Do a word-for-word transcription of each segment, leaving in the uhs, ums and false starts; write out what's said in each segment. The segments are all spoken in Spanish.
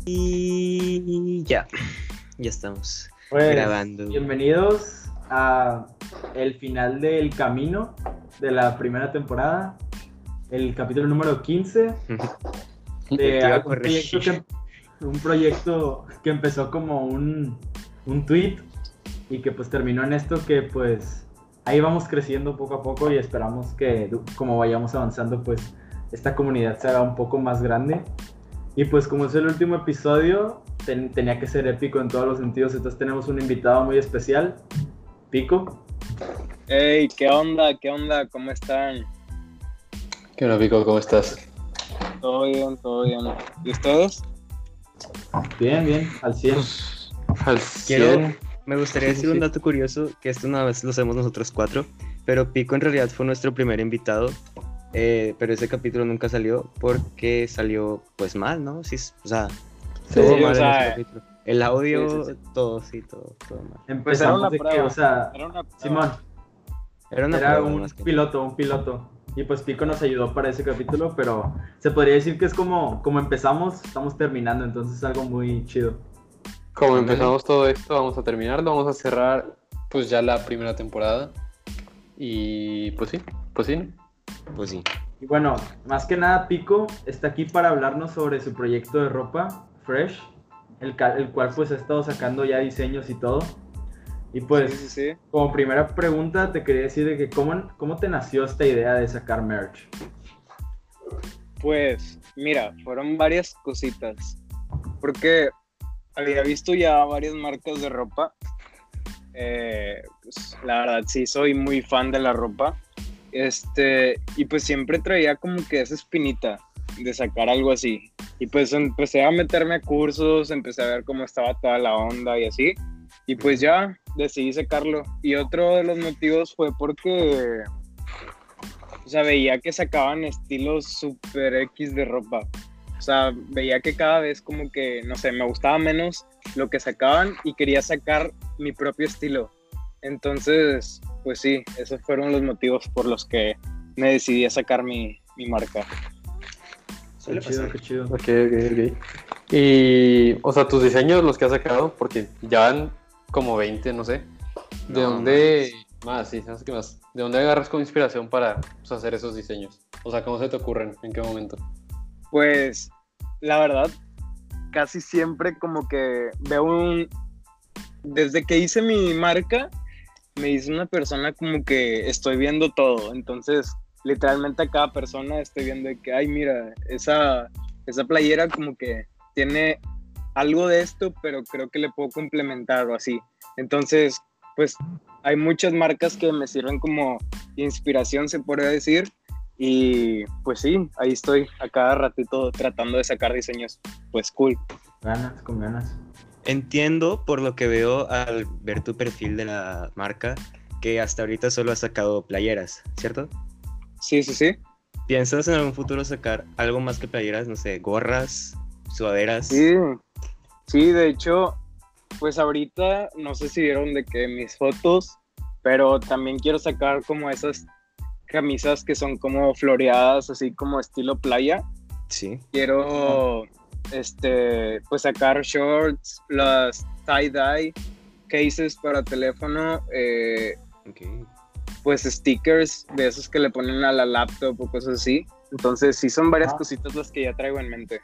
Y ya, ya estamos Pues, grabando. bienvenidos a el final del camino de la primera temporada, el capítulo número quince Te de iba a un proyecto, corregir. que, un proyecto que empezó como un, un tweet y que pues terminó en esto que pues ahí vamos creciendo poco a poco y esperamos que como vayamos avanzando pues esta comunidad se haga un poco más grande. Y pues como es el último episodio, ten, tenía que ser épico en todos los sentidos, entonces tenemos un invitado muy especial, Pico. Hey, ¿qué onda? ¿Qué onda? ¿Cómo están? ¿Qué onda, Pico? ¿Cómo estás? Todo bien, todo bien. ¿Y ustedes? Bien, bien, al cien. Al Quiero, cien. me gustaría Sí, decir sí. un dato curioso, que esto una vez lo hacemos nosotros cuatro, pero Pico en realidad fue nuestro primer invitado, eh, pero ese capítulo nunca salió porque salió pues mal, ¿no? Sí, o sea, Sí, todo o mal en sea, ese capítulo. El audio, sí, sí, todo, sí, todo, todo mal. Pues era Empezamos una de que, prueba. o sea, Era una prueba. Simón, Era una era prueba, un más que piloto, un piloto. Y pues Pico nos ayudó para ese capítulo, pero se podría decir que es como, como empezamos, estamos terminando, entonces es algo muy chido. Como Ándale. empezamos todo esto, vamos a terminarlo, vamos a cerrar pues ya la primera temporada. Y pues sí, pues sí, ¿no? pues sí. Y bueno, más que nada Pico está aquí para hablarnos sobre su proyecto de ropa, Fresh, el, ca- el cual pues ha estado sacando ya diseños y todo. Y pues, Sí, sí, sí. como primera pregunta te quería decir de que cómo, cómo te nació esta idea de sacar merch. Pues, mira, fueron varias cositas. Porque había visto ya varias marcas de ropa. Eh, pues, la verdad, sí, soy muy fan de la ropa. Este, y pues siempre traía como que esa espinita de sacar algo así. Y pues empecé a meterme a cursos, empecé a ver cómo estaba toda la onda y así. Y pues ya decidí sacarlo. Y otro de los motivos fue porque, o sea, veía que sacaban estilos super X de ropa. O sea, veía que cada vez como que, no sé, me gustaba menos lo que sacaban y quería sacar mi propio estilo. Entonces, pues sí, esos fueron los motivos por los que me decidí a sacar mi, mi marca. Qué Suele chido, pasar. qué chido. Ok, ok, ok. Y, o sea, tus diseños, los que has sacado, porque ya van como veinte, no sé. ¿De No, dónde más? Sí, no sé qué más. ¿De dónde agarras como inspiración para pues, hacer esos diseños? O sea, ¿cómo se te ocurren? ¿En qué momento? Pues, la verdad, casi siempre como que veo un... Desde que hice mi marca, me dice una persona como que estoy viendo todo. Entonces, literalmente a cada persona estoy viendo de que, ay, mira, esa, esa playera como que tiene algo de esto, pero creo que le puedo complementar o así. Entonces, pues, hay muchas marcas que me sirven como inspiración, se podría decir. Y pues sí, ahí estoy a cada ratito tratando de sacar diseños, pues cool. Ganas, con ganas. Entiendo por lo que veo al ver tu perfil de la marca que hasta ahorita solo has sacado playeras, ¿cierto? Sí, sí, sí. ¿Piensas en algún futuro sacar algo más que playeras? No sé, gorras, sudaderas. Sí, sí, de hecho, pues ahorita no sé si vieron de que mis fotos, pero también quiero sacar como esas camisas que son como floreadas, así como estilo playa. Sí. Quiero, este, pues sacar shorts, las tie-dye, cases para teléfono, eh, Ok. pues stickers de esos que le ponen a la laptop o cosas así. Entonces sí son varias Ah. cositas las que ya traigo en mente.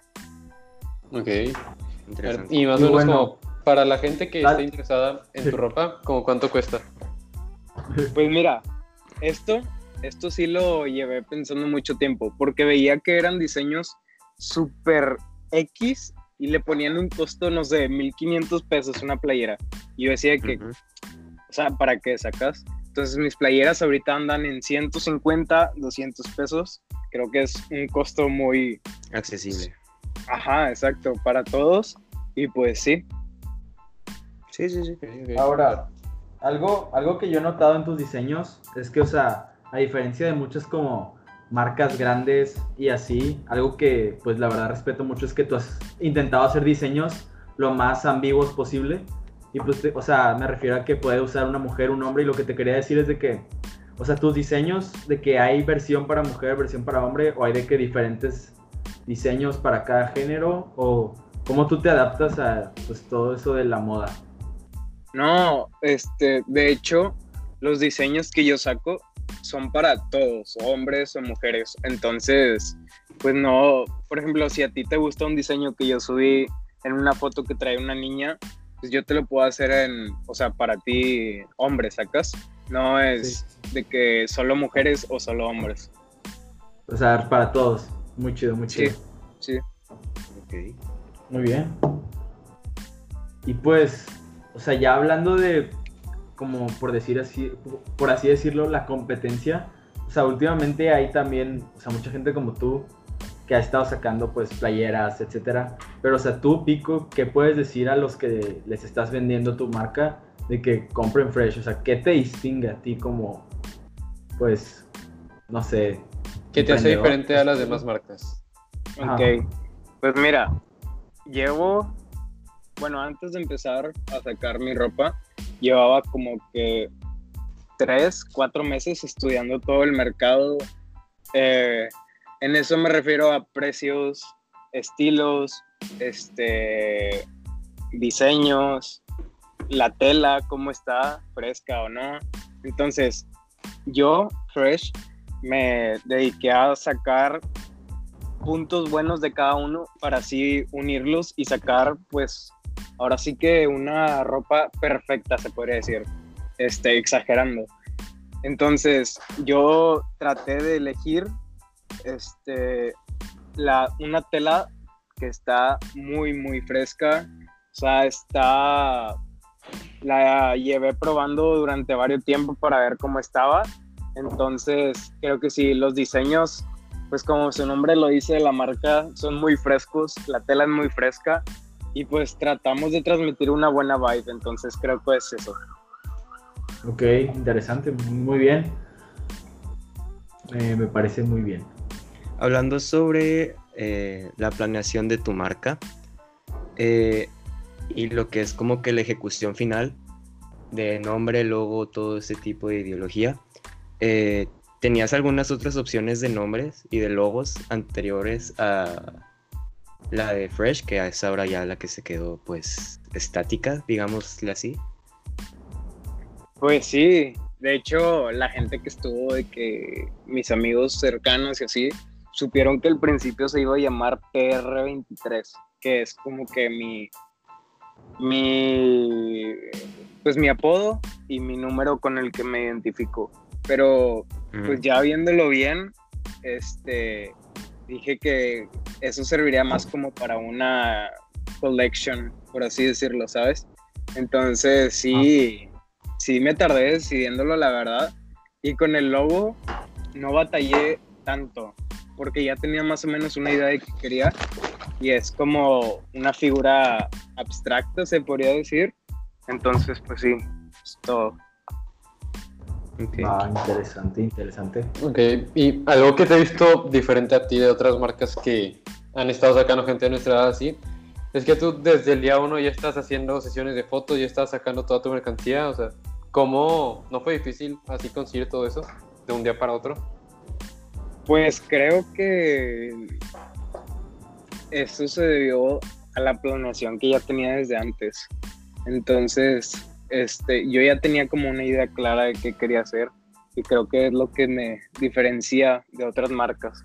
Ok. Interesante. Y más Y o menos bueno, como para la gente que tal- esté interesada en tu ropa, ¿como cuánto cuesta? Pues mira, esto, esto sí lo llevé pensando mucho tiempo, porque veía que eran diseños súper X y le ponían un costo, no sé, mil quinientos pesos una playera. Y yo decía que, Ujú. o sea, ¿para qué sacas? Entonces mis playeras ahorita andan en ciento cincuenta, doscientos pesos. Creo que es un costo muy, Accesible. ajá, exacto, para todos. Y pues sí. Sí, sí, sí. Ok, ok. Ahora, algo, algo que yo he notado en tus diseños es que, o sea, a diferencia de muchas como marcas grandes y así, algo que pues la verdad respeto mucho es que tú has intentado hacer diseños lo más ambiguos posible. Y pues, te- o sea, me refiero a que puede usar una mujer, un hombre, y lo que te quería decir es de que, o sea, tus diseños, de que hay versión para mujer, versión para hombre, o hay de que diferentes diseños para cada género, o ¿Cómo tú te adaptas a pues todo eso de la moda? No, este, de hecho, los diseños que yo saco son para todos, hombres o mujeres. Entonces, pues no, por ejemplo, si a ti te gusta un diseño que yo subí en una foto que trae una niña, pues yo te lo puedo hacer en, o sea, para ti, hombre, ¿sacas? No es Sí. de que solo mujeres o solo hombres. O sea, para todos. Muy chido, muy Sí, chido. sí. Ok. Muy bien. Y pues, o sea, ya hablando de, como por decir así, por así decirlo, la competencia, o sea, últimamente hay también, o sea, mucha gente como tú que ha estado sacando pues playeras, etcétera. Pero, o sea, tú, Pico, ¿qué puedes decir a los que les estás vendiendo tu marca de que compren Fresh? O sea, ¿qué te distingue a ti como, pues, no sé, ¿Qué te hace emprendedor? diferente a las demás marcas? Ajá. Ok, pues mira, llevo, bueno, antes de empezar a sacar mi ropa, llevaba como que tres, cuatro meses estudiando todo el mercado. Eh, en eso me refiero a precios, estilos, este, diseños, la tela, cómo está, fresca o no. Entonces, yo, Fresh, me dediqué a sacar puntos buenos de cada uno para así unirlos y sacar, pues, ahora sí que una ropa perfecta, se podría decir, este, exagerando. Entonces, yo traté de elegir este, la, una tela que está muy, muy fresca. O sea, está... La llevé probando durante varios tiempos para ver cómo estaba. Entonces, creo que sí, los diseños, pues como su nombre lo dice, la marca, son muy frescos, la tela es muy fresca y pues tratamos de transmitir una buena vibe. Entonces, creo que es eso. Ok, interesante, muy bien. Eh, me parece muy bien. Hablando sobre eh, la planeación de tu marca eh, y lo que es como que la ejecución final de nombre, logo, todo ese tipo de ideología, eh, ¿tenías algunas otras opciones de nombres y de logos anteriores a la de Fresh, que es ahora ya la que se quedó pues estática, digámosle así? Pues sí, de hecho la gente que estuvo, de que mis amigos cercanos y así, supieron que al principio se iba a llamar P R veintitrés, que es como que mi, mi, pues mi apodo y mi número con el que me identifico. Pero pues ya viéndolo bien, este, dije que eso serviría más como para una collection, por así decirlo, ¿sabes? Entonces sí... Sí, me tardé decidiéndolo, la verdad. Y con el logo no batallé tanto, porque ya tenía más o menos una idea de qué quería. Y es como una figura abstracta, se podría decir. Entonces, pues sí, es todo. Okay. Ah, interesante, interesante. Ok, y algo que te he visto diferente a ti de otras marcas que han estado sacando gente de nuestra edad así, es que tú desde el día uno ya estás haciendo sesiones de fotos, ya estás sacando toda tu mercancía, o sea, ¿cómo no fue difícil así conseguir todo eso de un día para otro? Pues creo que eso se debió a la planeación que ya tenía desde antes. Entonces, este, yo ya tenía como una idea clara de qué quería hacer y creo que es lo que me diferencia de otras marcas.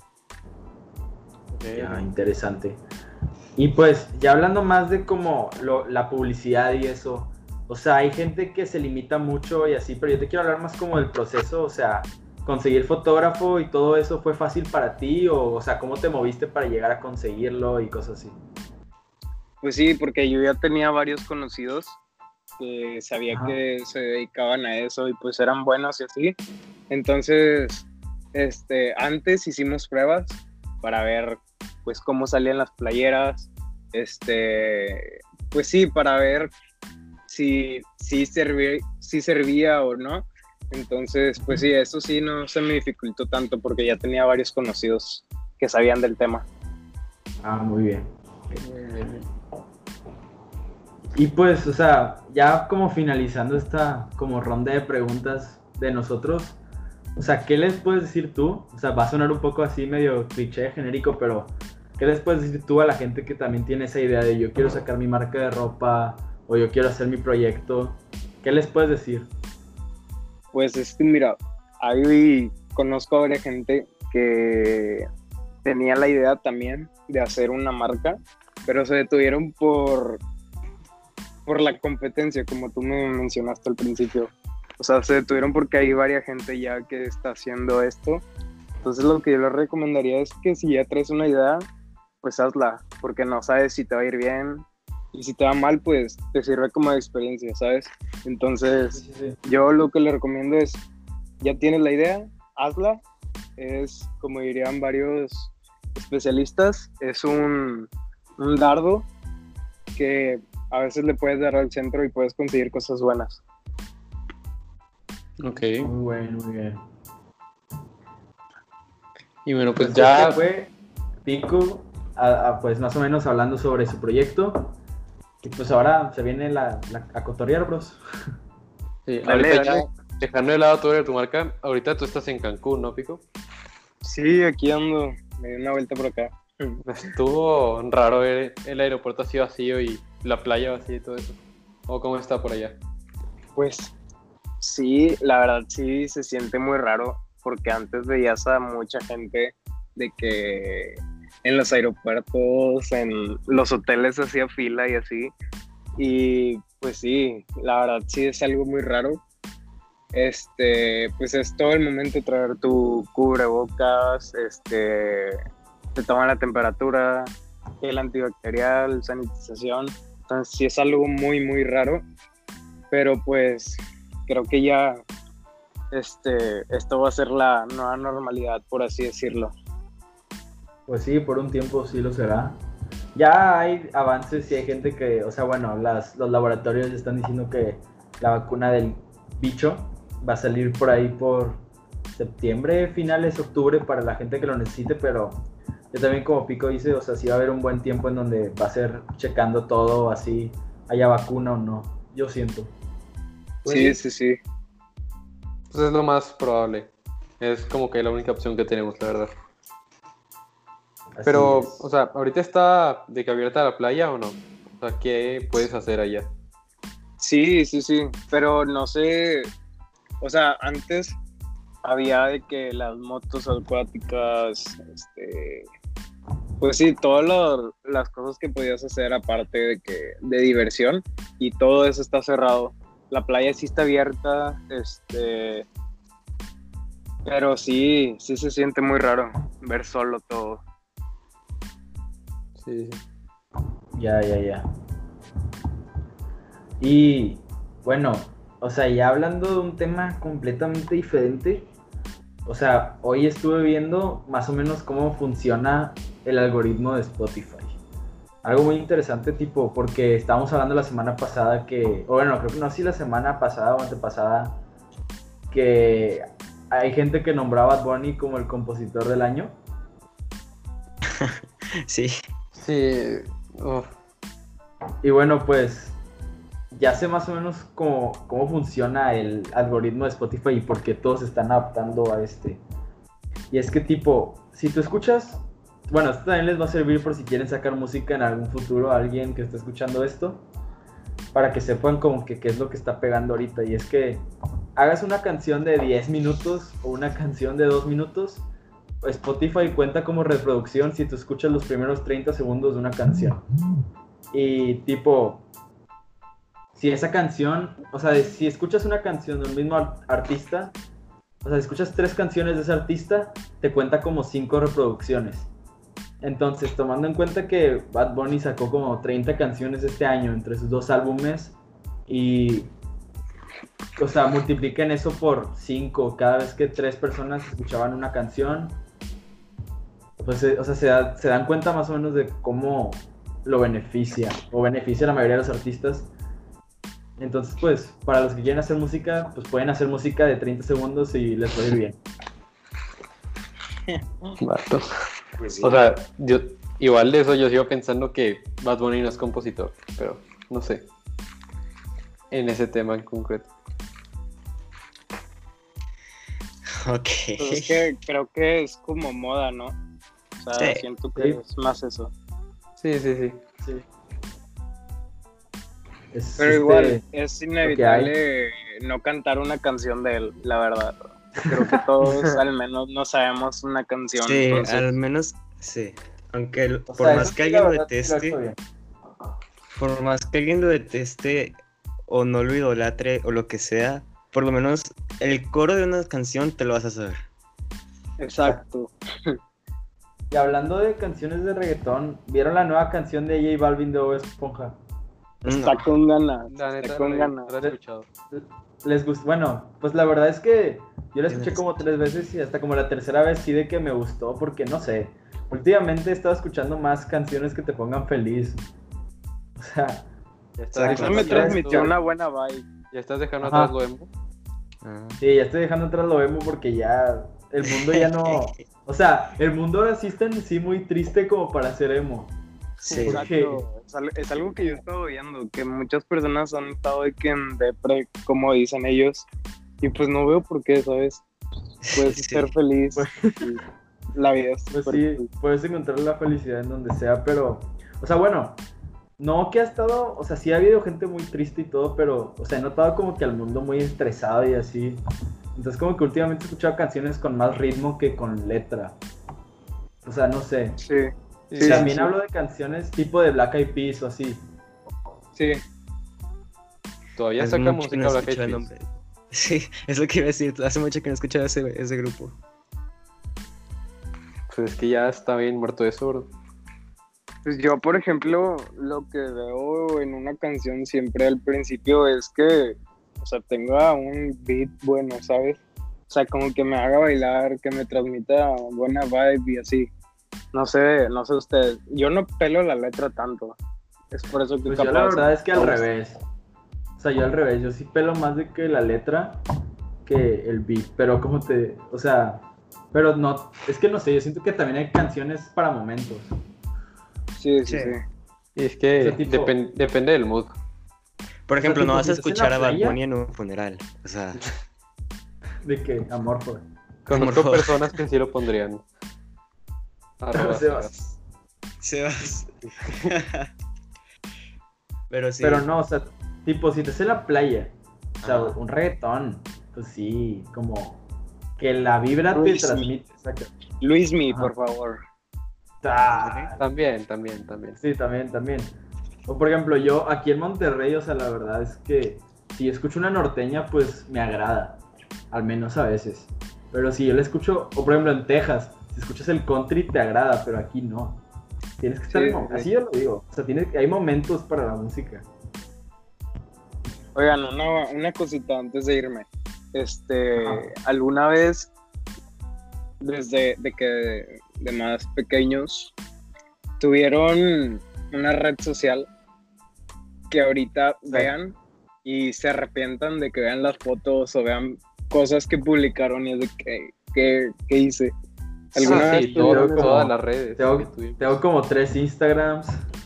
Okay. Ya, interesante. Y pues, ya hablando más de como lo, la publicidad y eso, o sea, hay gente que se limita mucho y así, pero yo te quiero hablar más como del proceso, o sea, conseguir fotógrafo y todo eso, ¿fue fácil para ti? O, o sea, ¿cómo te moviste para llegar a conseguirlo y cosas así? Pues sí, porque yo ya tenía varios conocidos que sabía Ajá. que se dedicaban a eso y pues eran buenos y así. Entonces, este, antes hicimos pruebas para ver pues cómo salían las playeras, este, pues sí, para ver si, si, serví, si servía o no. Entonces, pues sí, eso sí no se me dificultó tanto porque ya tenía varios conocidos que sabían del tema. Ah, muy bien. Y pues, o sea, ya como finalizando esta como ronda de preguntas de nosotros, o sea, ¿qué les puedes decir tú? O sea, va a sonar un poco así medio cliché, genérico, pero ¿Qué les puedes decir tú a la gente que también tiene esa idea de yo quiero sacar mi marca de ropa o yo quiero hacer mi proyecto? ¿Qué les puedes decir? Pues es que mira, ahí conozco a varias gente que tenía la idea también de hacer una marca, pero se detuvieron por, por la competencia, como tú me mencionaste al principio. O sea, se detuvieron porque hay varias gente ya que está haciendo esto. Entonces lo que yo les recomendaría es que si ya traes una idea, pues hazla, porque no sabes si te va a ir bien, y si te va mal, pues te sirve como de experiencia, ¿sabes? Entonces, Sí, sí, sí. yo lo que le recomiendo es, ya tienes la idea, hazla. Es, como dirían varios especialistas, es un, un dardo que a veces le puedes dar al centro y puedes conseguir cosas buenas. Ok. Muy bueno, muy bien. Y bueno, pues Pues ya... este fue Pico, a- a, pues más o menos hablando sobre su proyecto. Y pues ahora se viene la, la, a cotorrear, bros. Sí, Dale, ahorita dale. ya, dejando de lado todo de tu marca, ahorita tú estás en Cancún, ¿no, Pico? Sí, aquí ando, me di una vuelta por acá. Estuvo raro ver el aeropuerto así vacío y la playa vacía y todo eso. ¿O cómo está por allá? Pues sí, la verdad sí se siente muy raro, porque antes veías a mucha gente de que en los aeropuertos, en los hoteles hacía fila y así. Y pues sí, la verdad sí es algo muy raro. Este, pues es todo el momento de traer tu cubrebocas, este, te toman la temperatura, el antibacterial, sanitización. Entonces sí es algo muy, muy raro. Pero pues creo que ya este, esto va a ser la nueva normalidad, por así decirlo. Pues sí, por un tiempo sí lo será. Ya hay avances y hay gente que, o sea, bueno, las, los laboratorios ya están diciendo que la vacuna del bicho va a salir por ahí por septiembre, finales, octubre, para la gente que lo necesite, pero yo también como Pico dice, o sea, sí va a haber un buen tiempo en donde va a ser checando todo, así, haya vacuna o no, yo siento. Sí, sí, sí. Pues es lo más probable. Es como que la única opción que tenemos, la verdad. Así Pero, es. o sea, ¿ahorita está de que abierta la playa o no? O sea, ¿qué puedes hacer allá? Sí, sí, sí, pero no sé, o sea, antes había de que las motos acuáticas, este, pues sí, todas lo- las cosas que podías hacer aparte de que de diversión, y todo eso está cerrado. La playa sí está abierta, este, pero sí, sí se siente muy raro ver solo todo. Sí, sí. Ya, ya, ya. Y bueno, o sea, ya hablando de un tema completamente diferente, o sea, hoy estuve viendo más o menos cómo funciona el algoritmo de Spotify. Algo muy interesante, tipo, porque estábamos hablando la semana pasada que, o bueno, creo que no sé si la semana pasada o antepasada, que hay gente que nombraba a Bad Bunny como el compositor del año. Sí, Sí, uf, Y bueno, pues ya sé más o menos cómo, cómo funciona el algoritmo de Spotify y por qué todos se están adaptando a este. Y es que tipo, si tú escuchas, bueno, esto también les va a servir por si quieren sacar música en algún futuro a alguien que esté escuchando esto, para que sepan como que qué es lo que está pegando ahorita. Y es que hagas una canción de diez minutos o una canción de dos minutos, Spotify cuenta como reproducción si tú escuchas los primeros treinta segundos de una canción. Y tipo, si esa canción, o sea, si escuchas una canción del mismo ar- artista, o sea, si escuchas tres canciones de ese artista, te cuenta como cinco reproducciones. Entonces, tomando en cuenta que Bad Bunny sacó como treinta canciones este año entre sus dos álbumes y, o sea, multipliquen eso por cinco cada vez que tres personas escuchaban una canción, pues, eh, o sea, se, da- se dan cuenta más o menos de cómo lo beneficia o beneficia a la mayoría de los artistas. Entonces, pues, para los que quieren hacer música, pues pueden hacer música de treinta segundos y les va a ir bien. vato. pues sí. O sea, yo, igual de eso yo sigo pensando que Bad Bunny no es compositor, pero no sé. En ese tema en concreto. Ok. Pues es que creo que es como moda, ¿no? O O sea, Sí. siento que Sí. es más eso. Sí, sí, sí. Sí. Es, Pero este, igual, es inevitable no cantar una canción de él, la verdad. Creo que todos al menos no sabemos una canción. Sí, entonces, al menos, sí. Aunque el- o por sea, más eso que sí, la alguien lo verdad, sí lo ha hecho deteste, bien. por más que alguien lo deteste o no lo idolatre o lo que sea, por lo menos el coro de una canción te lo vas a saber. exacto. Y hablando de canciones de reggaetón, ¿vieron la nueva canción de J Balvin de Bob Esponja? Está No. con ganas. La Está neta, con no, ganas. no la he escuchado. Les gustó, bueno, pues la verdad es que yo la escuché Tienes- como tres veces y hasta como la tercera vez sí de que me gustó porque no sé, últimamente he estado escuchando más canciones que te pongan feliz. O sea, Ya Exacto. estás Eso no me sé, dejando, transmitió una buena vibe. ya estás dejando Ajá. atrás lo emo. Ah. sí, ya estoy dejando atrás lo emo porque ya el mundo ya no, o sea, el mundo ahora sí está en sí muy triste como para ser emo. Sí. Exacto. Es, al- es algo que yo he estado viendo, que muchas personas han estado de que en depre, como dicen ellos, y pues no veo por qué, ¿sabes? Puedes Sí. ser feliz. y la vida es Pues súper sí, cool. puedes encontrar la felicidad en donde sea, pero, o sea, bueno, no que ha estado, o sea, sí ha habido gente muy triste y todo, pero, o sea, he notado como que al mundo muy estresado y así. Entonces como que últimamente he escuchado canciones con más ritmo que con letra. O sea, no sé. Sí, Y sí, también sí. hablo de canciones tipo de Black Eyed Peas o así. sí. Todavía Hace saca mucho que música no Black escucho Eyed el Peas. nombre. Sí, es lo que iba a decir. Hace mucho que no escuchaba ese, ese grupo. Pues es que ya está bien muerto eso, bro. Pues yo, por ejemplo, lo que veo en una canción siempre al principio es que, o sea, tenga un beat bueno, ¿sabes? O sea, como que me haga bailar, que me transmita buena vibe y así. No sé, no sé ustedes. Yo no pelo la letra tanto. Es por eso que Pues yo capaz la verdad es que al me gusta. revés. O sea, yo al revés, yo sí pelo más de que la letra que el beat, pero como te, o sea, pero no, es que no sé, yo siento que también hay canciones para momentos. Sí, sí, Sí. sí. Y es que O sea, tipo- depen- depende del mood. Por ejemplo, tipo, no vas si a estás en escuchar la a Bad playa- Bunny en un funeral. O sea, De que, amor, pues. Conozco favor. personas que sí lo pondrían. Arroba Sebas. Sebas. Pero sí. Pero no, o sea, tipo, si estás en la playa, o sea, Ajá. un reggaetón, pues sí, como que la vibra te Luis transmite. Saca. Luismi, Ajá. por favor. Ah, También, también, también. sí, también, también. O por ejemplo, yo aquí en Monterrey, o sea, la verdad es que si escucho una norteña, pues me agrada, al menos a veces. Pero si yo la escucho, o por ejemplo en Texas, si escuchas el country te agrada, pero aquí no. Tienes que estar Sí, en mom- sí. así yo lo digo. O sea, tiene, hay momentos para la música. Oigan, una, una cosita antes de irme. Este, Ajá. alguna vez, desde de que de más pequeños, tuvieron una red social que ahorita vean y se arrepientan de que vean las fotos o vean cosas que publicaron y es de que, que, que hice. ¿Alguna Ah, vez sí, tuvieron todo- como- todas las redes. Tengo, que tuvimos. tengo como tres Instagrams.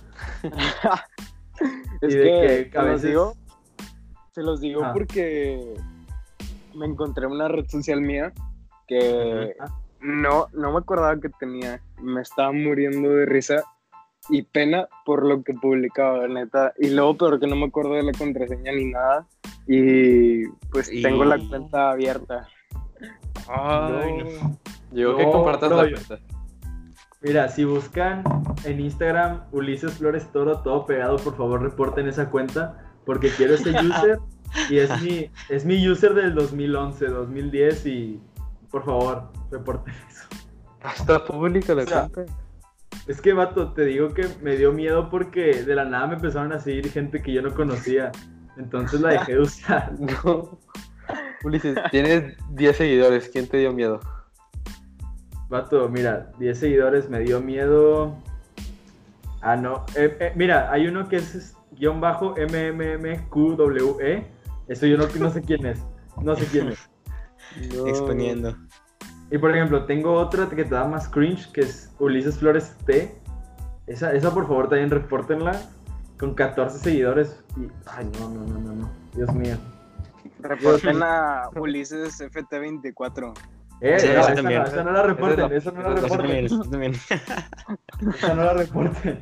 Es y de que, que a se los veces- digo, se los digo Ajá. porque me encontré una red social mía que Ajá. no, no me acordaba que tenía. Me estaba muriendo de risa y pena por lo que publicaba, neta. Y luego, peor que no me acuerdo de la contraseña ni nada. Y pues Y- tengo la cuenta abierta. Ay, no. Yo que No, compartas bro, la yo- cuenta. Mira, si buscan en Instagram Ulises Flores Toro, todo pegado, por favor reporten esa cuenta, porque quiero ese user y es mi, es mi user del dos mil once, dos mil diez y por favor reporten eso. Está pública la O sea, cuenta. Es que, vato, te digo que me dio miedo porque de la nada me empezaron a seguir gente que yo no conocía, entonces la dejé de usar. No. Ulises, tienes diez seguidores. ¿Quién te dio miedo? Vato, mira, diez seguidores me dio miedo. Ah, no. Eh, eh, mira, hay uno que es, es guión bajo M M M Q W E. Eso yo no, no sé quién es. No sé quién es. No. Exponiendo. Y por ejemplo, tengo otra que te da más cringe, que es Ulises Flores T. Esa, esa por favor también repórtenla. Con catorce seguidores. Y, ay, no, no, no, no, no. Dios mío. Reporten a Ulises F T veinticuatro. Eh, Sí, no, esa esa, también. no, esa no la reporten, esa no la Esa Eso también, reporten, eso también. esa no la reporten.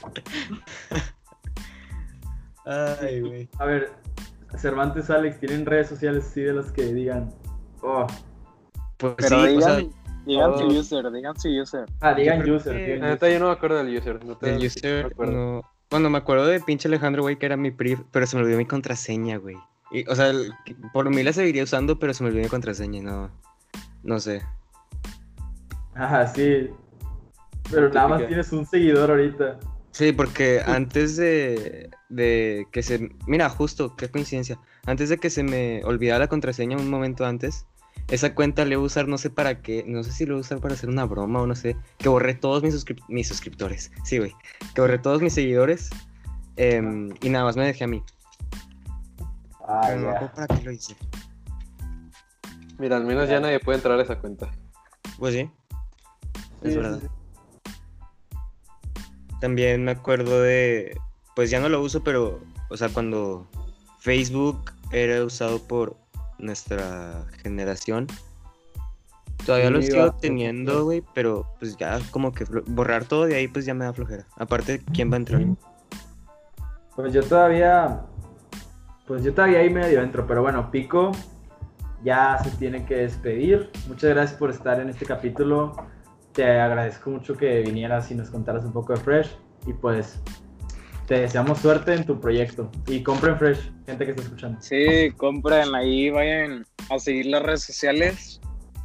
Ay, güey. A ver, Cervantes, Alex, ¿tienen redes sociales así de las que digan? Oh, Pues Pero sí, o sea, digan, digan su todos- user, digan su user. ah, digan creo user, que- digan La user. neta, yo no me acuerdo del user. No te el voy a decir, no me user, acuerdo. no. Bueno, me acuerdo de pinche Alejandro, güey, que era mi priv, pero se me olvidó mi contraseña, güey. Y, o sea, el- por mí la seguiría usando, pero se me olvidó mi contraseña, no. No sé. Ajá, sí. Pero nada más Típica. tienes un seguidor ahorita. Sí, porque antes de, de que se... Mira, justo, qué coincidencia. Antes de que se me olvidara la contraseña un momento antes, esa cuenta la iba a usar no sé para qué, no sé si la iba a usar para hacer una broma o no sé, que borré todos mis, suscrip- mis suscriptores, sí, güey, que borré todos mis seguidores em, y nada más me dejé a mí. Ah, Pero no me ya. acuerdo para qué lo hice. Mira, al menos ya nadie puede entrar a esa cuenta. Pues sí, Sí, es sí, verdad. sí. También me acuerdo de, pues ya no lo uso, pero, o sea, cuando Facebook era usado por nuestra generación, todavía lo Sí, sigo bastante. teniendo, güey, pero pues ya como que flo- borrar todo de ahí pues ya me da flojera. Aparte, ¿quién va a entrar? Pues yo todavía. Pues yo todavía ahí medio entro, pero bueno, Pico ya se tiene que despedir. Muchas gracias por estar en este capítulo. Te agradezco mucho que vinieras y nos contaras un poco de Fresh. Y pues te deseamos suerte en tu proyecto. Y compren Fresh, gente que está escuchando. Sí, compren ahí, vayan a seguir las redes sociales.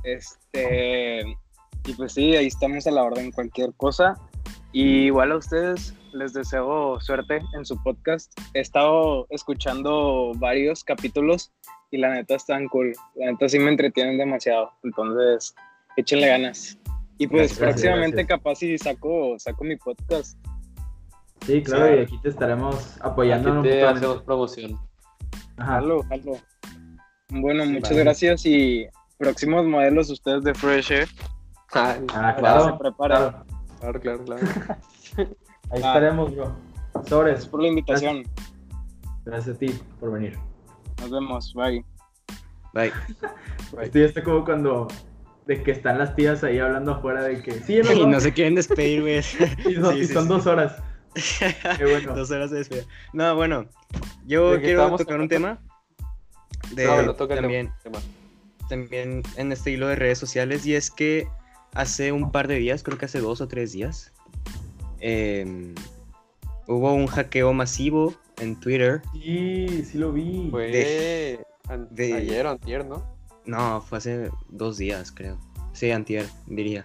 Este, y pues sí, ahí estamos a la orden, cualquier cosa. Y igual a ustedes les deseo suerte en su podcast. He estado escuchando varios capítulos y la neta están cool. La neta sí me entretienen demasiado. Entonces, échenle ganas. Y pues Gracias, próximamente gracias. capaz si saco, saco mi podcast. Sí, claro, Sí. y aquí te estaremos apoyando. Aquí te mutuamente. hacemos promoción. Ajá. Jalo, jalo. Bueno, Sí, muchas vale. gracias y próximos modelos ustedes de Fresh, ¿eh? Ay, Ah, Ya claro. se preparen. claro. claro, claro, claro. Ahí Ah. estaremos, bro. Sobres. Gracias por la invitación. Gracias a ti por venir. Nos vemos. Bye. Bye. Esto ya está como cuando de que están las tías ahí hablando afuera de que sí, ya nos Y no vamos. se quieren despedir, güey. Y, no- Sí, y sí, son sí. dos horas. Qué bueno. Dos horas de despedida. No, bueno, yo ¿De qué quiero estábamos tocar un hablando? tema de No, no, toca el también, tema. también en este hilo de redes sociales, y es que hace un par de días, creo que hace dos o tres días, eh, hubo un hackeo masivo en Twitter. Sí, sí lo vi. Fue De- an- de- ayer o antier, ¿no? No, fue hace dos días, creo. Sí, antier, diría.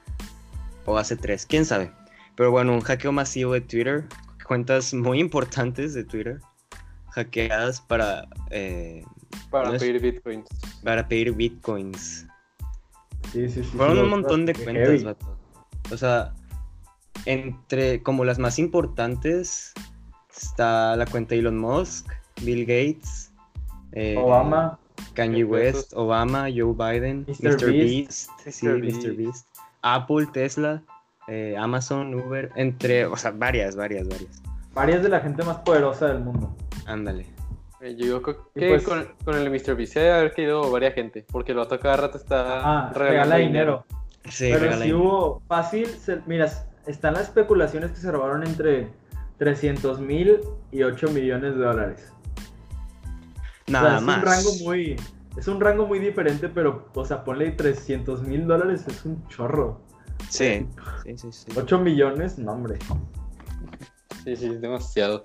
O hace tres, quién sabe. Pero bueno, un hackeo masivo de Twitter. Cuentas muy importantes de Twitter. Hackeadas para, eh, Para No es- pedir bitcoins. para pedir bitcoins. Sí, sí, sí. Fueron sí, un lo- montón de qué cuentas, heavy. vato. O sea, entre como las más importantes está la cuenta de Elon Musk, Bill Gates, eh, Obama. Kanye Jeff West, Bezos. Obama, Joe Biden, mister mister Beast. Beast, sí, mister mister Beast. Beast, Apple, Tesla, eh, Amazon, Uber, entre, o sea, varias, varias, varias. Varias de la gente más poderosa del mundo. Ándale. Eh, Yo creo Y que pues- con, con el mister Beast se debe haber caído varias gente, porque el vato cada rato está Ah, regalando regala dinero. Sí, Pero regala si dinero. hubo fácil, se- mira, están las especulaciones que se robaron entre trescientos mil y ocho millones de dólares. O sea, Nada es más. un rango muy, es un rango muy diferente, pero, o sea, ponle trescientos mil dólares, es un chorro. Sí, sí, sí, sí. ocho millones, no, hombre. Sí, sí, es demasiado.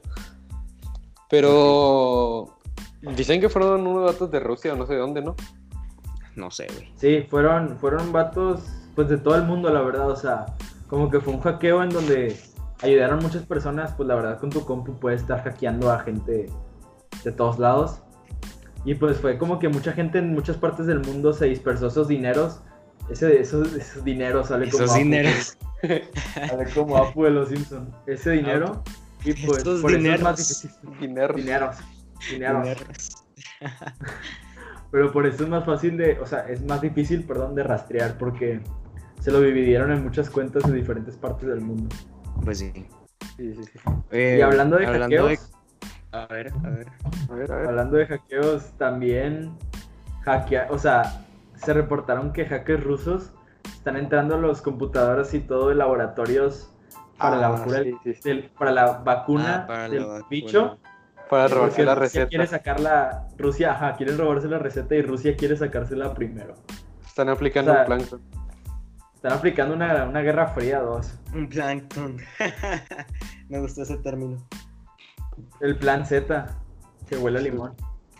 Pero dicen que fueron unos datos de Rusia o no sé de dónde, ¿no? No sé, güey. Sí, fueron, fueron vatos, pues de todo el mundo, la verdad, o sea, como que fue un hackeo en donde ayudaron muchas personas, pues la verdad con tu compu puedes estar hackeando a gente de todos lados. Y pues fue como que mucha gente en muchas partes del mundo se dispersó esos dineros. Ese, esos, esos dineros sale como Esos Apu, dineros. sale como Apu de los Simpsons. Ese dinero. Y pues Esos por eso es dineros. más difícil. Dinero. Dineros. Dineros. Dineros. Pero por eso es más fácil de, o sea, es más difícil, perdón, de rastrear porque se lo dividieron en muchas cuentas de diferentes partes del mundo. Pues sí. Sí, sí, sí. Eh, Y hablando de hablando hackeos, A ver, a ver. A ver, a ver. hablando de hackeos, también hackea, o sea, se reportaron que hackers rusos están entrando a los computadores y todo de laboratorios para, Ah, la, vacuna, sí, sí, sí. del- para la vacuna Ah, para la del vacuna. bicho. Para Porque robarse la Rusia quiere receta. sacar la... Rusia, ajá, quieren robarse la receta y Rusia quiere sacársela primero. Están aplicando O sea, un plancton. Están aplicando una, una guerra fría dos. Un plancton. Me gustó ese término. El plan Z, que huele a limón.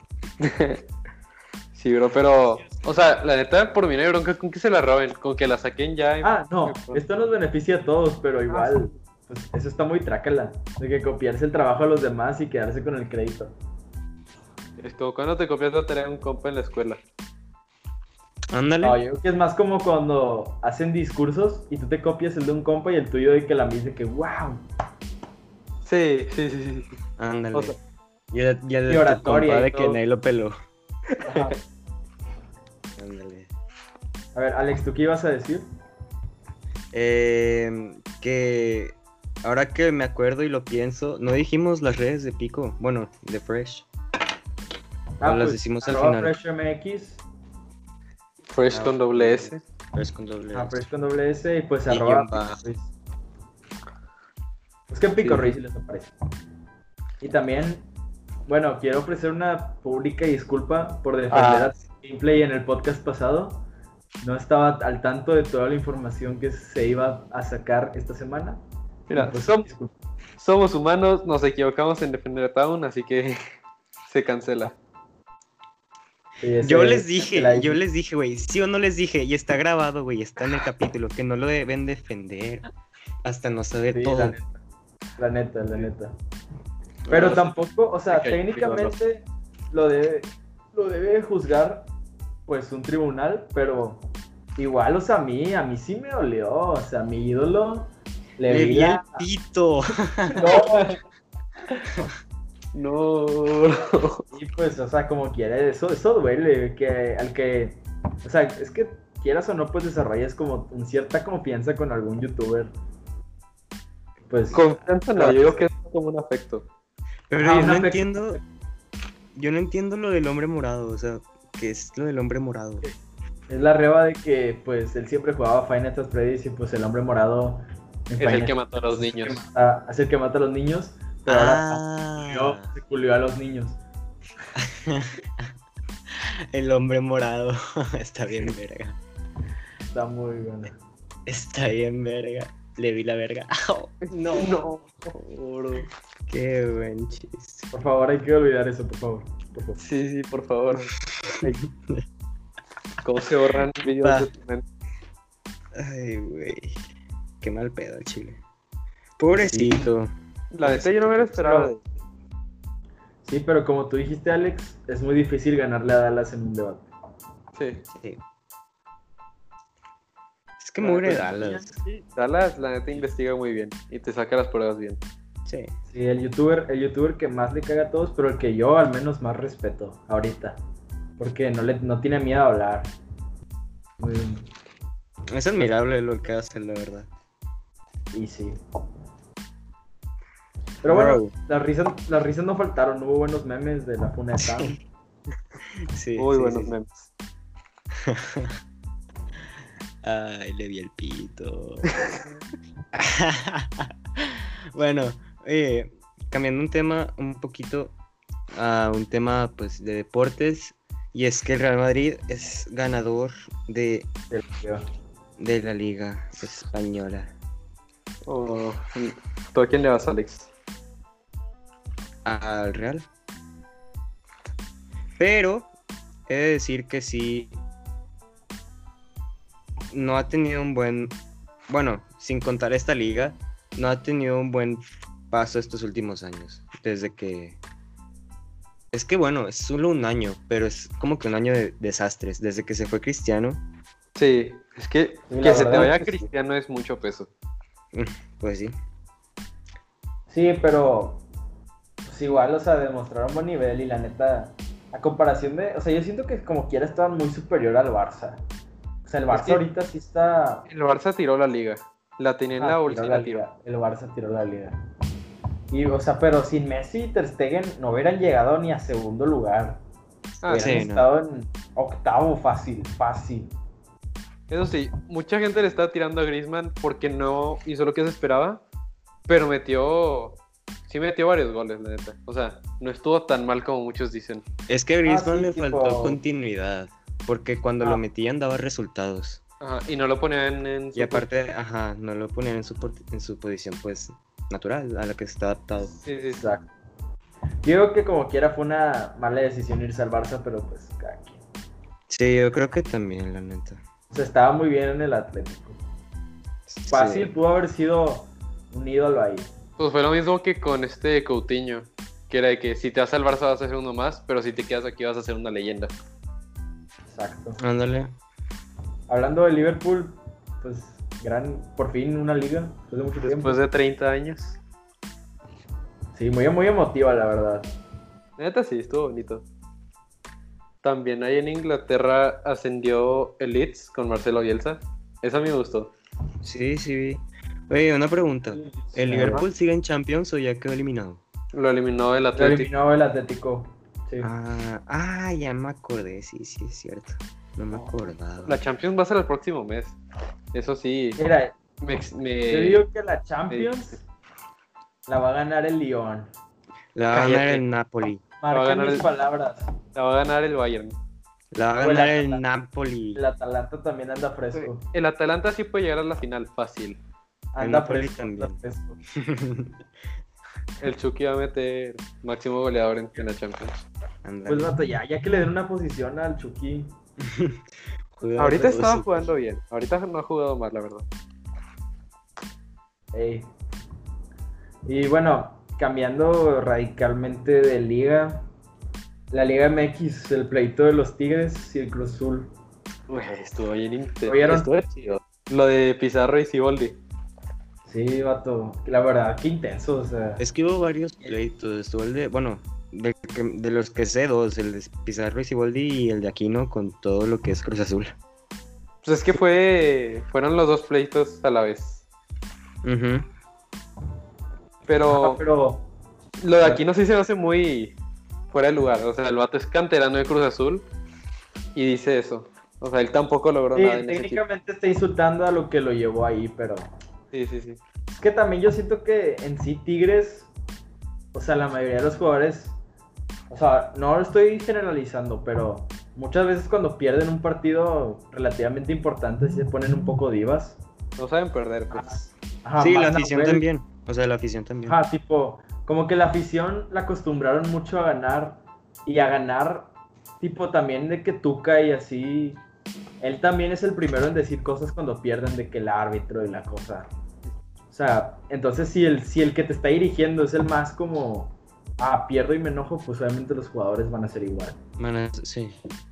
Sí, bro, pero... O sea, la neta, por mí no hay bronca con que se la roben. Con que la saquen ya. y- Ah, no, esto nos beneficia a todos, pero igual, pues eso está muy trácala. De que copiarse el trabajo a los demás y quedarse con el crédito. Es como cuando te copias la tarea de un compa en la escuela. Ándale. No, yo creo que es más como cuando hacen discursos y tú te copias el de un compa y el tuyo de que la misma de que wow. Sí, sí, sí, sí. sí. Ándale. O sea, ya ya y de tu oratoria compa y de que todo. nadie lo peló. Ajá. Ándale. A ver, Alex, ¿tú qué ibas a decir? Eh, que ahora que me acuerdo y lo pienso, no dijimos las redes de Pico, bueno, de Fresh. O las decimos al Ah, pues, arroba final. FreshMX, Fresh Ah, con doble S. Fresh con doble ah, S. Fresh con doble S y pues Y arroba guión bajo. Pico Ruiz. Es que en Pico Sí. Ruiz sí les aparece. Y también, bueno, quiero ofrecer una pública disculpa por defender Ah. a Gameplay en el podcast pasado. No estaba al tanto de toda la información que se iba a sacar esta semana. Mira, Y, pues, som- disculpa. somos humanos, nos equivocamos en defender a Town, así que se cancela. Sí, ese- Yo les la dije, hice. yo les dije, güey, sí o no les dije, y está grabado, güey, está en el capítulo, que no lo deben defender hasta no saber Sí, todo. la neta, la neta, la neta. Pero tampoco, o sea, Ok, técnicamente lo debe, lo debe juzgar pues un tribunal, pero igual, o sea, a mí, a mí sí me dolió, o sea, a mi ídolo le, Le vi vi el la- pito. No, No. y pues, o sea, como quiera, eso, eso duele, que al que, o sea, es que quieras o no, pues desarrollas como un cierta confianza con algún youtuber. Pues, Confianza no, yo digo que es como un afecto. Pero Ah, yo un no afecto. entiendo, yo no entiendo lo del hombre morado, o sea, ¿qué es lo del hombre morado? es la reba de que, pues, él siempre jugaba Five Nights at Freddy's y pues el hombre morado en Es Five el Nights que at mató a los Freddy's niños. Es el que mata- es el que mata a los niños, pero ahora Ah, culió- se culió a los niños. el hombre morado, está bien verga, Está muy bueno. está bien verga, le vi la verga. No, No, bro. qué buen chiste. Por favor, hay que olvidar eso, por favor. Por favor. Sí, sí, por favor. ¿Cómo se borran videos Va. de tu mente? Ay, güey, qué mal pedo el chile. Pobrecito. La neta yo no me lo esperaba. de- Sí, pero como tú dijiste, Alex, es muy difícil ganarle a Dallas en un debate. Sí. Sí. Es que mugre Pues, Dallas. sí, Dallas, la neta, investiga muy bien y te saca las pruebas bien. Sí. Sí, el youtuber, el youtuber que más le caga a todos, pero el que yo al menos más respeto ahorita. Porque no, le, no tiene miedo a hablar. Muy, Es admirable lo que hace, la verdad. y sí. Pero bueno, Bro. las risas, las risas no faltaron. Hubo buenos memes de la funeta. Sí, Muy sí, buenos sí. memes. Ay, le vi el pito. Bueno, oye, cambiando un tema un poquito a un tema pues de deportes, y es que el Real Madrid es ganador de, del video. de la Liga Española. Oh, ¿tú a quién le vas, Alex? Al Real. Pero he de decir que sí no ha tenido un buen, bueno, sin contar esta liga, no ha tenido un buen paso estos últimos años. Desde que es que bueno, es solo un año, pero es como que un año de desastres. Desde que se fue Cristiano, Sí, es que Sí, la que se te verdad vaya es que sí. Cristiano es mucho peso. pues sí. Sí, pero pues igual, o sea, demostraron buen nivel y la neta, a comparación de, o sea, yo siento que como quiera estaban muy superior al Barça. O sea, el Barça que- ahorita sí está... El Barça tiró la liga. La tenía en Ah, la tiró bolsa y la la tiró. liga. El Barça tiró la liga. Y, o sea, pero sin Messi y Ter Stegen no hubieran llegado ni a segundo lugar. Ah, hubieran sí, no. estado en octavo fácil, fácil. Eso sí, mucha gente le está tirando a Griezmann porque no hizo lo que se esperaba, pero metió, sí metió varios goles, la neta. O sea, no estuvo tan mal como muchos dicen. Es que a Griezmann sí, le tipo- faltó continuidad, porque cuando Ah. lo metían daba resultados. Ajá, y no lo ponían en su... Y aparte, ajá, no lo ponían en su, por- en su posición, pues, natural, a la que está adaptado. Sí, sí, sí. Exacto. Yo creo que como quiera fue una mala decisión irse al Barça, pero pues cada quien. Sí, yo creo que también, la neta. O sea, estaba muy bien en el Atlético. Fácil, Sí. pudo haber sido un ídolo ahí. Pues fue lo mismo que con este Coutinho, que era de que si te vas al Barça vas a ser uno más, pero si te quedas aquí vas a ser una leyenda. Exacto. Ándale. Hablando de Liverpool, pues gran, por fin una liga, después de mucho tiempo. Después de treinta años. Sí, muy, muy emotiva la verdad. Neta sí, estuvo bonito. También ahí en Inglaterra ascendió el Leeds con Marcelo Bielsa. Eso a mí me gustó. Sí, sí vi. Oye, una pregunta. ¿El Ajá. Liverpool sigue en Champions o ya quedó eliminado? Lo eliminó el Lo Atlético. eliminó el Atlético. Sí. Ah, ah, ya me acordé, sí, sí, es cierto. No me acordaba. La Champions va a ser el próximo mes. Eso sí. Mira, Me, me- yo digo que la Champions la va a ganar el Lyon. La va a ganar cállate. el Napoli. va a Marquen ganar mis el- palabras. la va a ganar el Bayern. La va a O el ganar el Atalanta. Napoli. El Atalanta también anda fresco. El Atalanta sí puede llegar a la final fácil. Anda Napoli fresco, anda también. fresco. El Chucky va a meter máximo goleador en, en la Champions. Ándale. Pues vato, ya, ya que le den una posición al Chucky. Juega Ahorita todos estaba sus- jugando bien. Ahorita no ha jugado mal, la verdad. Ey. Y bueno, cambiando radicalmente de liga, la Liga M X, el pleito de los Tigres y el Cruz Azul. Uy, estuvo bien intenso. ¿Oyeron? Estuvo chido. Lo de Pizarro y Siboldi. Sí, vato, la verdad, qué intenso, o sea. Es que hubo varios pleitos. Estuvo el de, bueno, de, que- de los que sé dos, el de Pizarro y Siboldi y el de Aquino con todo lo que es Cruz Azul. Pues es que fue fueron los dos pleitos a la vez. Ujú. Pero Ah, pero lo de aquí no sí se me hace muy fuera de lugar. O sea, el vato es canterano de Cruz Azul y dice eso. O sea, él tampoco logró sí, nada en ese equipo. técnicamente está insultando a lo que lo llevó ahí, pero Sí, sí, sí. es que también yo siento que en sí Tigres, o sea, la mayoría de los jugadores, o sea, no lo estoy generalizando, pero muchas veces cuando pierden un partido relativamente importante sí se ponen un poco divas. No saben perder, pues. Ajá, Sí, la Van afición Nahuel- también. O sea, la afición también. Ajá, tipo, como que la afición la acostumbraron mucho a ganar y a ganar, tipo, también de que Tuca y así. Él también es el primero en decir cosas cuando pierden, de que el árbitro y la cosa. O sea, entonces si el, si el que te está dirigiendo es el más como, ah, pierdo y me enojo, pues obviamente los jugadores van a ser igual. Mana- sí.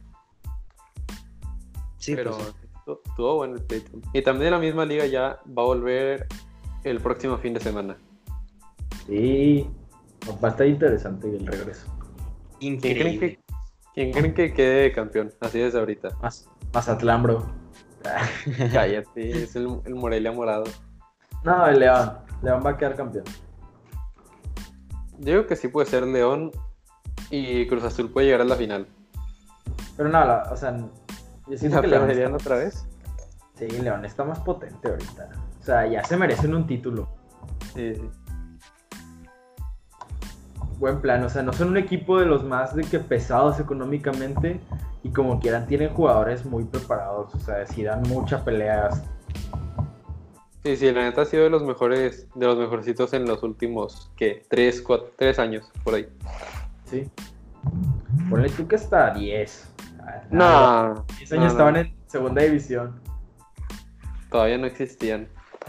Sí, Pero pues, sí. estu- estuvo bueno el pleito. Y también la misma liga ya va a volver el próximo fin de semana. Sí, va a estar interesante el regreso. ¿Quién creen Increíble. que, quién creen que quede campeón? Así desde ahorita. Más, Mazatlán, bro. Cállate, es el, el Morelia morado. No, el León. León va a quedar campeón. Yo creo que sí puede ser León y Cruz Azul puede llegar a la final. Pero no, la- o sea, yo siento ¿La que León perderían está- otra vez? Sí, León está más potente ahorita. O sea, ya se merecen un título. Sí, sí. Buen plan, o sea, no son un equipo de los más de que pesados económicamente y como quieran tienen jugadores muy preparados, o sea, sí dan mucha peleas. Sí, sí, la neta ha sido de los mejores, de los mejorcitos en los últimos, ¿qué? Tres, cuatro, tres años, por ahí. Sí. Ponle tú que hasta diez. No, diez no, años no. estaban en segunda división. Todavía no existían.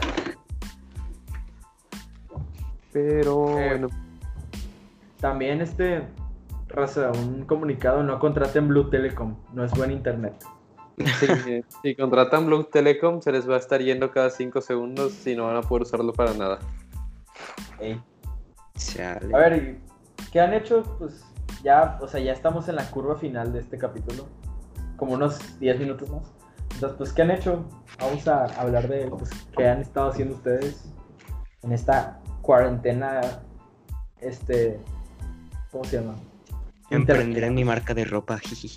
Pero Eh, bueno, También este, raza, un comunicado, no contraten Blue Telecom, no es buen internet. si, si contratan Blue Telecom se les va a estar yendo cada cinco segundos y no van a poder usarlo para nada. Ey. Chale. A ver, ¿y ¿qué han hecho? Pues ya, o sea, ya estamos en la curva final de este capítulo, como unos diez minutos más. Entonces, pues, ¿qué han hecho? Vamos a hablar de pues, qué han estado haciendo ustedes en esta cuarentena, este, ¿cómo se llama? Emprender en mi marca de ropa.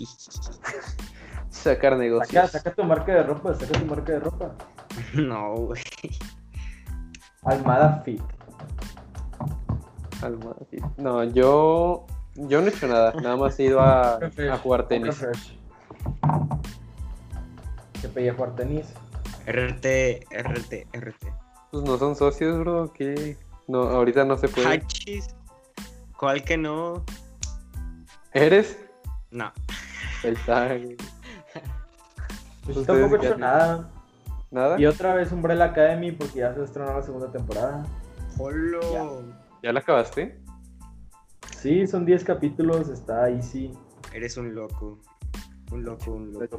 Sacar negocios. Saca, saca tu marca de ropa, saca tu marca de ropa. No, güey. Almada Fit. Almohada, sí. No, yo, yo no he hecho nada. Nada más he ido a, a jugar tenis. ¿Qué pedí a jugar tenis? R T, R T, R T. Pues no son socios, bro. ¿Qué? No, ahorita no se puede. Hachis. ¿Cuál que no? ¿Eres? No. Ahí está. güey. Pues Ustedes tampoco he qué hecho hacen. nada. ¿Nada? Y otra vez Umbrella Academy porque ya se estrenó la segunda temporada. Holo. ¿Ya la acabaste? Sí, son diez capítulos, está easy. Eres un loco. Un loco, un loco.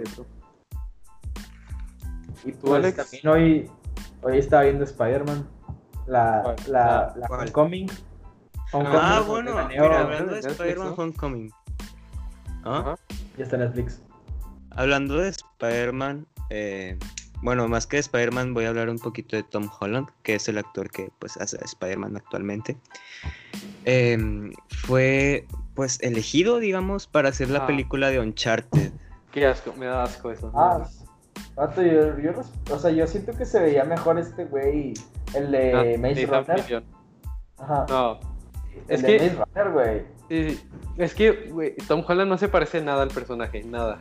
Y ¿Tú, pues Alex? también hoy, hoy estaba viendo Spider-Man. La, ¿Cuál? la, la ¿Cuál? Homecoming. Homecoming, Ah, que bueno, planeó- mira, hablando de Netflix, Spider-Man ¿no? Homecoming. ¿Ah? Ajá. Ya está en Netflix. Hablando de Spider-Man, eh, bueno, más que de Spider-Man voy a hablar un poquito de Tom Holland, que es el actor que pues hace a Spider-Man actualmente. Eh, fue pues elegido, digamos, para hacer la Ah. película de Uncharted. Qué asco, me da asco eso. Ah, vato, yo, yo, no- o sea, yo siento que se veía mejor este güey, el de Ah, Maze Nathan Runner. Fillion. Ajá. No, el es de que- Maze Runner, güey. sí, sí. Es que, güey, Tom Holland no se parece nada al personaje, nada.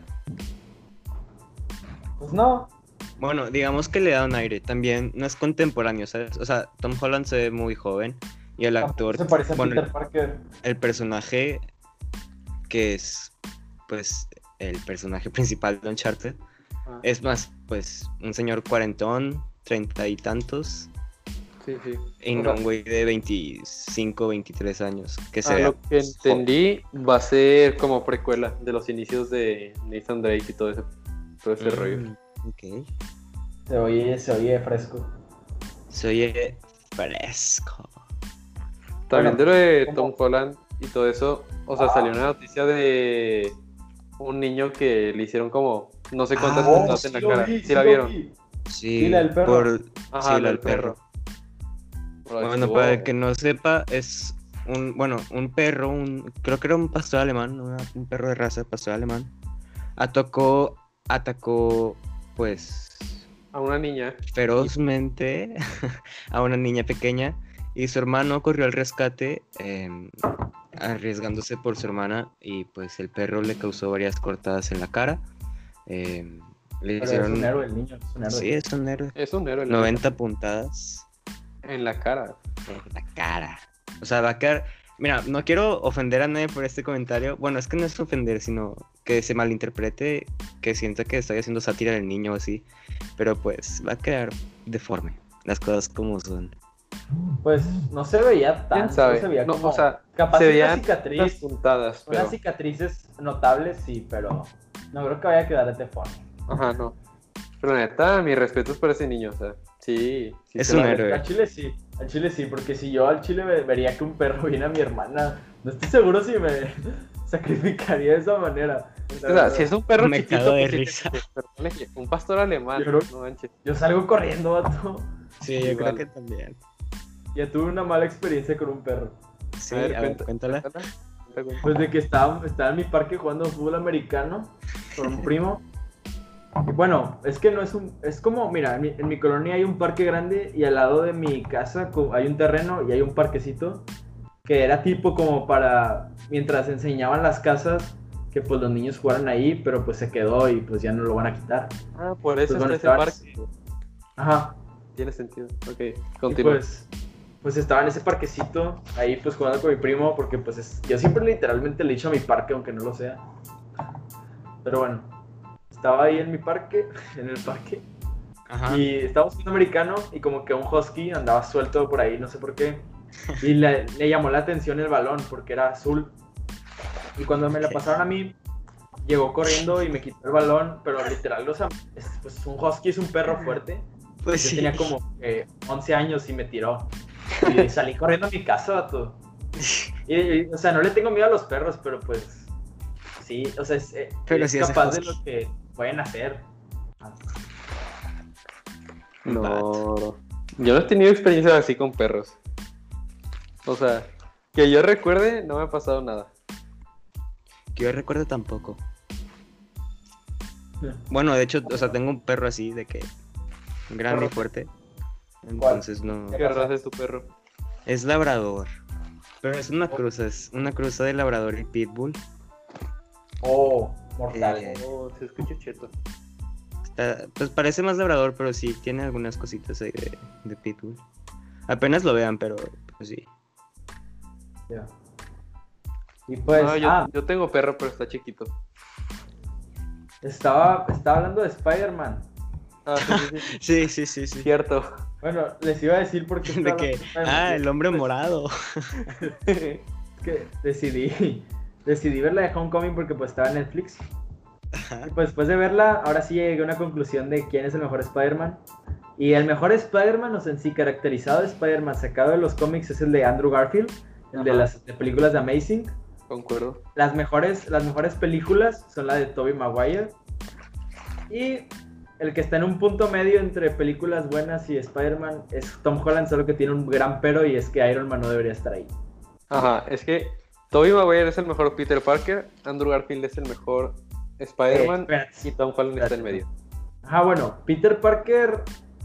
Pues no. Bueno, digamos que le da un aire, también no es contemporáneo, ¿sabes? O sea, Tom Holland se ve muy joven y el Tampoco actor, se parece a bueno, Peter Parker. el personaje que es pues el personaje principal de Uncharted Ah, es más pues un señor cuarentón, treinta y tantos sí, sí. y O no sea, un güey de veinticinco, veintitrés años que se a vea lo que entendí, va a ser como precuela de los inicios de Nathan Drake y todo ese, todo ese rollo. Mm, ok. Se oye, se oye fresco. Se oye fresco. También Bueno, de lo de ¿cómo? Tom Holland y todo eso, o sea, Ah. salió una noticia de un niño que le hicieron como no sé cuántas Ah, puntadas sí en la lo cara. vi, ¿Sí la lo vieron? vi. Sí, Sí, la del perro. por Ajá, sí, la lo del perro. Bro, Bueno, estuvo- para el que no sepa, es un, bueno, un perro, un, creo que era un pastor alemán, una- un perro de raza pastor alemán. Atacó, atacó, pues, a una niña. ferozmente a una niña pequeña y su hermano corrió al rescate, eh, arriesgándose por su hermana y pues el perro le causó varias cortadas en la cara. eh, le Pero hicieron, es un héroe el niño, es un héroe. sí, es un héroe. Es un héroe. la noventa puntadas. neta. En la cara. En la cara. O sea, va a quedar. Mira, no quiero ofender a nadie por este comentario. Bueno, es que no es ofender, sino que se malinterprete, que sienta que estoy haciendo sátira del niño o así. Pero pues va a quedar deforme. Las cosas como son. Pues no se veía tan, ¿Quién sabe? no se veía No, como, o sea, capaz se una veían cicatriz, las puntadas, pero... unas cicatrices notables, sí, pero no creo que vaya a quedar deforme. Ajá, no. Pero neta, mis respetos por ese niño, o sea, sí. sí Es se un la- héroe. Al chile sí, al chile sí, porque si yo al chile ve- vería que un perro viene a mi hermana, no estoy seguro si me sacrificaría de esa manera. O sea, si es un perro Me chiquito, cago de pues sí te risa. metes, pero ponle que un pastor alemán, Yo creo- no manches. Yo salgo corriendo, vato. Sí, yo Igual. creo que también. Ya tuve una mala experiencia con un perro. Sí, A ver, a ver, cuenta- cuéntala. cuéntala, cuéntala. Pues de que estaba, estaba en mi parque jugando fútbol americano con un primo. Y bueno, es que no es un... Es como, mira, en mi, en mi colonia hay un parque grande y al lado de mi casa co- hay un terreno y hay un parquecito que era tipo como para... Mientras enseñaban las casas, que pues los niños jugaran ahí, pero pues se quedó y pues ya no lo van a quitar. Ah, por eso Pues, bueno, está ese estaban- parque. Ajá. Tiene sentido. Ok, Y continúa. pues, pues estaba en ese parquecito, ahí pues jugando con mi primo, porque pues es- yo siempre literalmente le he dicho a mi parque, aunque no lo sea. Pero bueno, estaba ahí en mi parque, en el parque, Ajá. y estábamos jugando americano y como que un husky andaba suelto por ahí, no sé por qué. Y le, le llamó la atención el balón porque era azul. Y cuando me la pasaron a mí, llegó corriendo y me quitó el balón, pero literal, o sea, es, pues un husky es un perro fuerte. Pues Yo sí. tenía como eh, once años y me tiró. Y salí corriendo a mi casa, vato. Y, y, o sea, no le tengo miedo a los perros, pero pues sí, o sea, es, eh, Pero es sí es capaz de husky. lo que pueden hacer. No, Vato. bro. Yo no he tenido experiencias así con perros. O sea, que yo recuerde, no me ha pasado nada. Que yo recuerdo tampoco. Bueno, de hecho, o sea, tengo un perro así de que grande y fuerte. Entonces no. ¿Qué raza es tu perro? Es labrador. Pero es una cruza, es una cruza de labrador y pitbull. Oh, mortal. Eh, Oh, se escucha cheto. Está- pues parece más labrador, pero sí tiene algunas cositas ahí de, de pitbull. Apenas lo vean, pero pues sí. Ya. Y pues, No, yo, ah, yo tengo perro, pero está chiquito. estaba, estaba hablando de Spider-Man. Ah, sí, sí, sí. Sí, sí, sí, sí. Cierto. Bueno, les iba a decir por qué De estaba que, hablando de Spider-Man. ah, el hombre Pues, morado. es que decidí, decidí verla de Homecoming porque pues estaba en Netflix. Ajá. Y pues después de verla, ahora sí llegué a una conclusión de quién es el mejor Spider-Man. Y el mejor Spider-Man, o sea, en sí, caracterizado de Spider-Man, sacado de los cómics, es el de Andrew Garfield, el de Ajá. las de películas de Amazing. Concuerdo. Las mejores, las mejores películas son las de Tobey Maguire. Y el que está en un punto medio entre películas buenas y Spider-Man es Tom Holland, solo que tiene un gran pero, y es que Iron Man no debería estar ahí. Ajá, es que Tobey Maguire es el mejor Peter Parker, Andrew Garfield es el mejor Spider-Man Eh, espérate. y Tom Holland está en Espérate. medio. Ajá, bueno, Peter Parker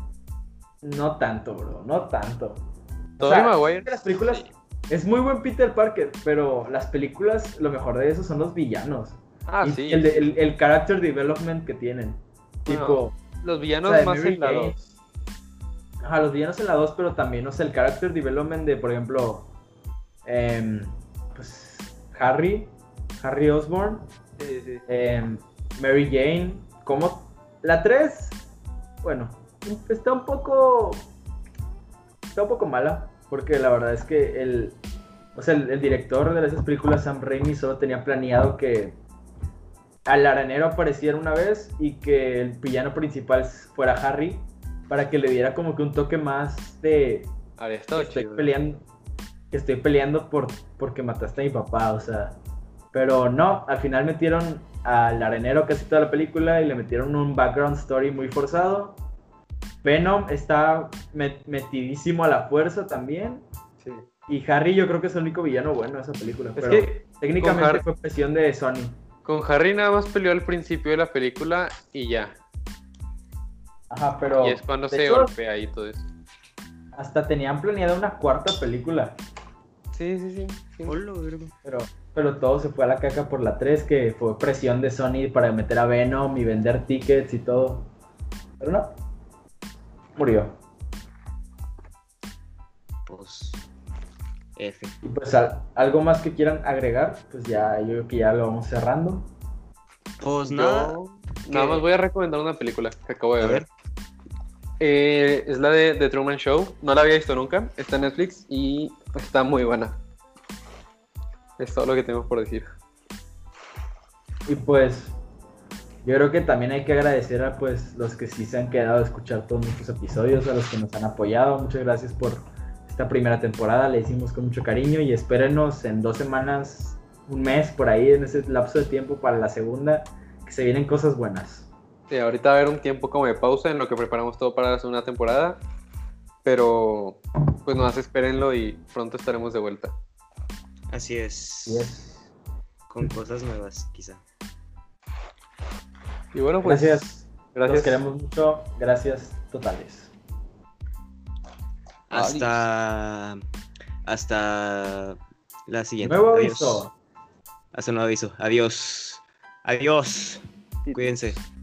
no tanto, bro, no tanto. O Tobey sea, Maguire. es que las películas es muy buen Peter Parker, pero las películas, lo mejor de eso son los villanos. Ah, Y sí. el, de- el, el character development que tienen. Bueno, Tipo, Los villanos o sea, de más Mary en la Jane. dos. ajá, los villanos en la dos, pero también, o sea, el character development de, por ejemplo, em, pues, Harry, Harry Osborn, Sí, sí. em, Mary Jane, como la tres, bueno, está un poco, está un poco mala, porque la verdad es que el, o sea, el, el director de esas películas, Sam Raimi, solo tenía planeado que al arenero apareciera una vez y que el villano principal fuera Harry, para que le diera como que un toque más de Habría que estado estoy chido. peleando, que estoy peleando por, porque mataste a mi papá, o sea. Pero no, al final metieron al arenero casi toda la película y le metieron un background story muy forzado. Venom está met- metidísimo a la fuerza también. Sí. Y Harry yo creo que es el único villano bueno de esa película. Es pero que técnicamente con Har- fue presión de Sony. con Harry nada más peleó al principio de la película y ya. Ajá, pero Y es cuando de se hecho, golpea y todo eso. hasta tenían planeada una cuarta película. Sí, sí, sí. sí. Hola, verga. Pero, pero todo se fue a la caca por la tres, que fue presión de Sony para meter a Venom y vender tickets y todo. Pero no, murió. Pues. F. Y pues al- algo más que quieran agregar, pues ya yo creo que ya lo vamos cerrando. Pues nada. Yo nada más voy a recomendar una película que acabo de A ver. ver. Eh, es la de The Truman Show. No la había visto nunca. Está en Netflix y está muy buena. Es todo lo que tengo por decir. Y pues yo creo que también hay que agradecer a pues los que sí se han quedado a escuchar todos nuestros episodios, a los que nos han apoyado. Muchas gracias por esta primera temporada, la hicimos con mucho cariño y espérenos en dos semanas, un mes por ahí, en ese lapso de tiempo para la segunda, que se vienen cosas buenas. Sí, ahorita va a haber un tiempo como de pausa en lo que preparamos todo para la segunda temporada. Pero pues nada más espérenlo y pronto estaremos de vuelta. Así es. Así es. Con cosas nuevas, quizá. Y bueno, pues Gracias. gracias. Los queremos mucho. Gracias totales. Hasta. Hasta la siguiente. Nuevo Adiós. aviso. Hasta un nuevo aviso. Adiós. Adiós. Cuídense.